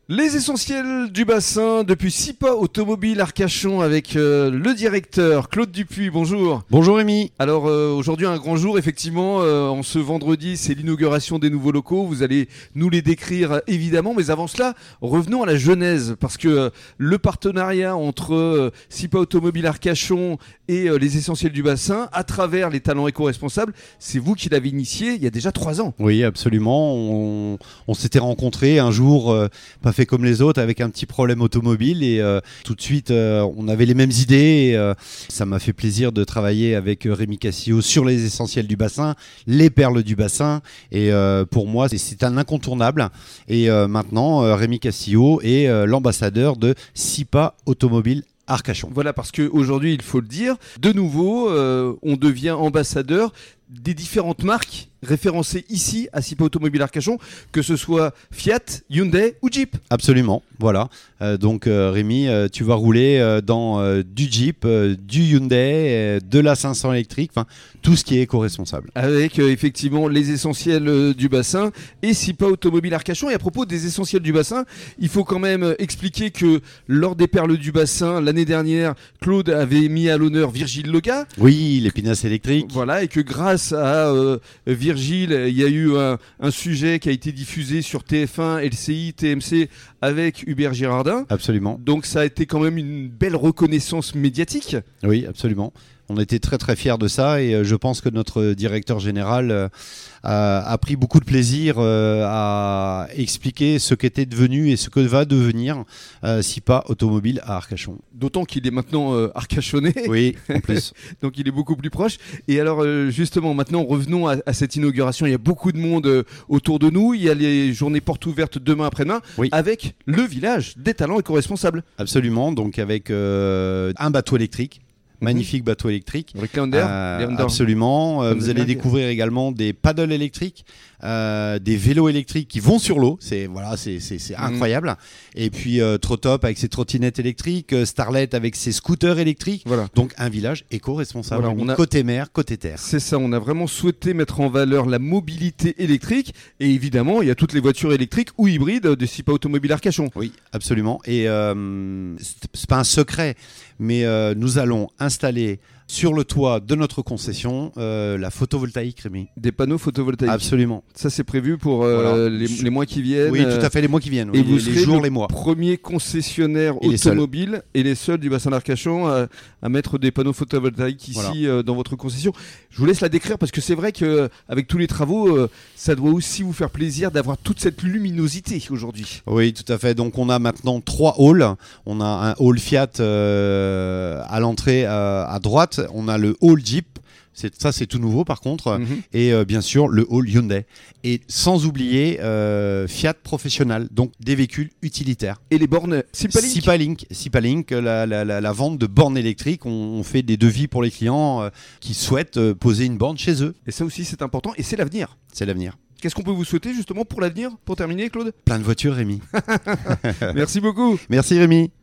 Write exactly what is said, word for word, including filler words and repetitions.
Les essentiels du bassin depuis SIPA Automobile Arcachon avec euh, le directeur Claude Dupuis. Bonjour. Bonjour Rémi. Alors euh, aujourd'hui un grand jour effectivement, euh, en ce vendredi c'est l'inauguration des nouveaux locaux. Vous allez nous les décrire euh, évidemment, mais avant cela revenons à la genèse parce que euh, le partenariat entre euh, SIPA Automobile Arcachon et euh, les essentiels du bassin à travers les talents éco-responsables, c'est vous qui l'avez initié il y a déjà trois ans. Oui absolument, on, on s'était rencontrés un jour, euh, pas fait comme les autres, avec un petit problème automobile et euh, tout de suite euh, on avait les mêmes idées et, euh, ça m'a fait plaisir de travailler avec euh, Rémi Castillo sur les essentiels du bassin, les perles du bassin et euh, pour moi c'est, c'est un incontournable et euh, maintenant euh, Rémi Castillo est euh, l'ambassadeur de SIPA Automobile Arcachon. Voilà, parce qu'aujourd'hui il faut le dire, de nouveau euh, on devient ambassadeur des différentes marques référencées ici à SIPA Automobile Arcachon, que ce soit Fiat, Hyundai ou Jeep. Absolument, voilà. Euh, donc euh, Rémi, euh, tu vas rouler euh, dans euh, du Jeep, euh, du Hyundai, euh, de la cinq cents électrique, enfin tout ce qui est éco-responsable. Avec euh, effectivement les essentiels euh, du bassin et SIPA Automobile Arcachon. Et à propos des essentiels du bassin, il faut quand même euh, expliquer que lors des perles du bassin, l'année dernière, Claude avait mis à l'honneur Virgile Loga. Oui, les pinasses électriques. Voilà, et que grâce à euh, Virgile, il y a eu un, un sujet qui a été diffusé sur T F un, L C I, T M C avec Hubert Girardin. Absolument. Donc ça a été quand même une belle reconnaissance médiatique. Oui, absolument. On était très très fiers de ça et je pense que notre directeur général a, a pris beaucoup de plaisir à expliquer ce qu'était devenu et ce que va devenir SIPA Automobile à Arcachon. D'autant qu'il est maintenant euh, arcachonnais. Oui, en plus. Donc il est beaucoup plus proche. Et alors euh, justement, maintenant revenons à, à cette inauguration. Il y a beaucoup de monde euh, autour de nous. Il y a les journées portes ouvertes demain après-demain oui. avec le village des talents éco-responsables. Absolument, donc avec euh, un bateau électrique. Magnifique bateau électrique. Avec Leander, euh, Leander. Absolument. Euh, vous allez marque. découvrir également des paddles électriques, euh, des vélos électriques qui vont sur l'eau. C'est voilà, c'est c'est, c'est mmh. incroyable. Et puis euh, Trotop avec ses trottinettes électriques, euh, Starlet avec ses scooters électriques. Voilà. Donc un village éco-responsable. Voilà, on a... côté mer, côté terre. C'est ça. On a vraiment souhaité mettre en valeur la mobilité électrique. Et évidemment, il y a toutes les voitures électriques ou hybrides de SIPA Automobile Arcachon. Oui, absolument. Et euh, c'est, c'est pas un secret, mais euh, nous allons installer sur le toit de notre concession euh, la photovoltaïque, Rémi. Des panneaux photovoltaïques. Absolument. Ça, c'est prévu pour euh, voilà. les, les mois qui viennent. Oui, tout à fait, les mois qui viennent. Et oui, vous les, serez les jours, le les mois. premier concessionnaire et automobile les et les seuls du bassin d'Arcachon à, à mettre des panneaux photovoltaïques ici voilà. euh, dans votre concession. Je vous laisse la décrire parce que c'est vrai qu'avec tous les travaux, euh, ça doit aussi vous faire plaisir d'avoir toute cette luminosité aujourd'hui. Oui, tout à fait. Donc on a maintenant trois halls. On a un hall Fiat euh, à l'entrée euh, à droite. On a le hall Jeep. C'est, ça, c'est tout nouveau par contre. Mm-hmm. Et euh, bien sûr, le hall Hyundai. Et sans oublier euh, Fiat Professional, donc des véhicules utilitaires. Et les bornes Sipalink Sipalink, Sipalink la, la, la, la vente de bornes électriques. On, on fait des devis pour les clients euh, qui souhaitent euh, poser une borne chez eux. Et ça aussi, c'est important. Et c'est l'avenir. C'est l'avenir. Qu'est-ce qu'on peut vous souhaiter justement pour l'avenir, pour terminer, Claude ? Plein de voitures, Rémi. Merci beaucoup. Merci, Rémi.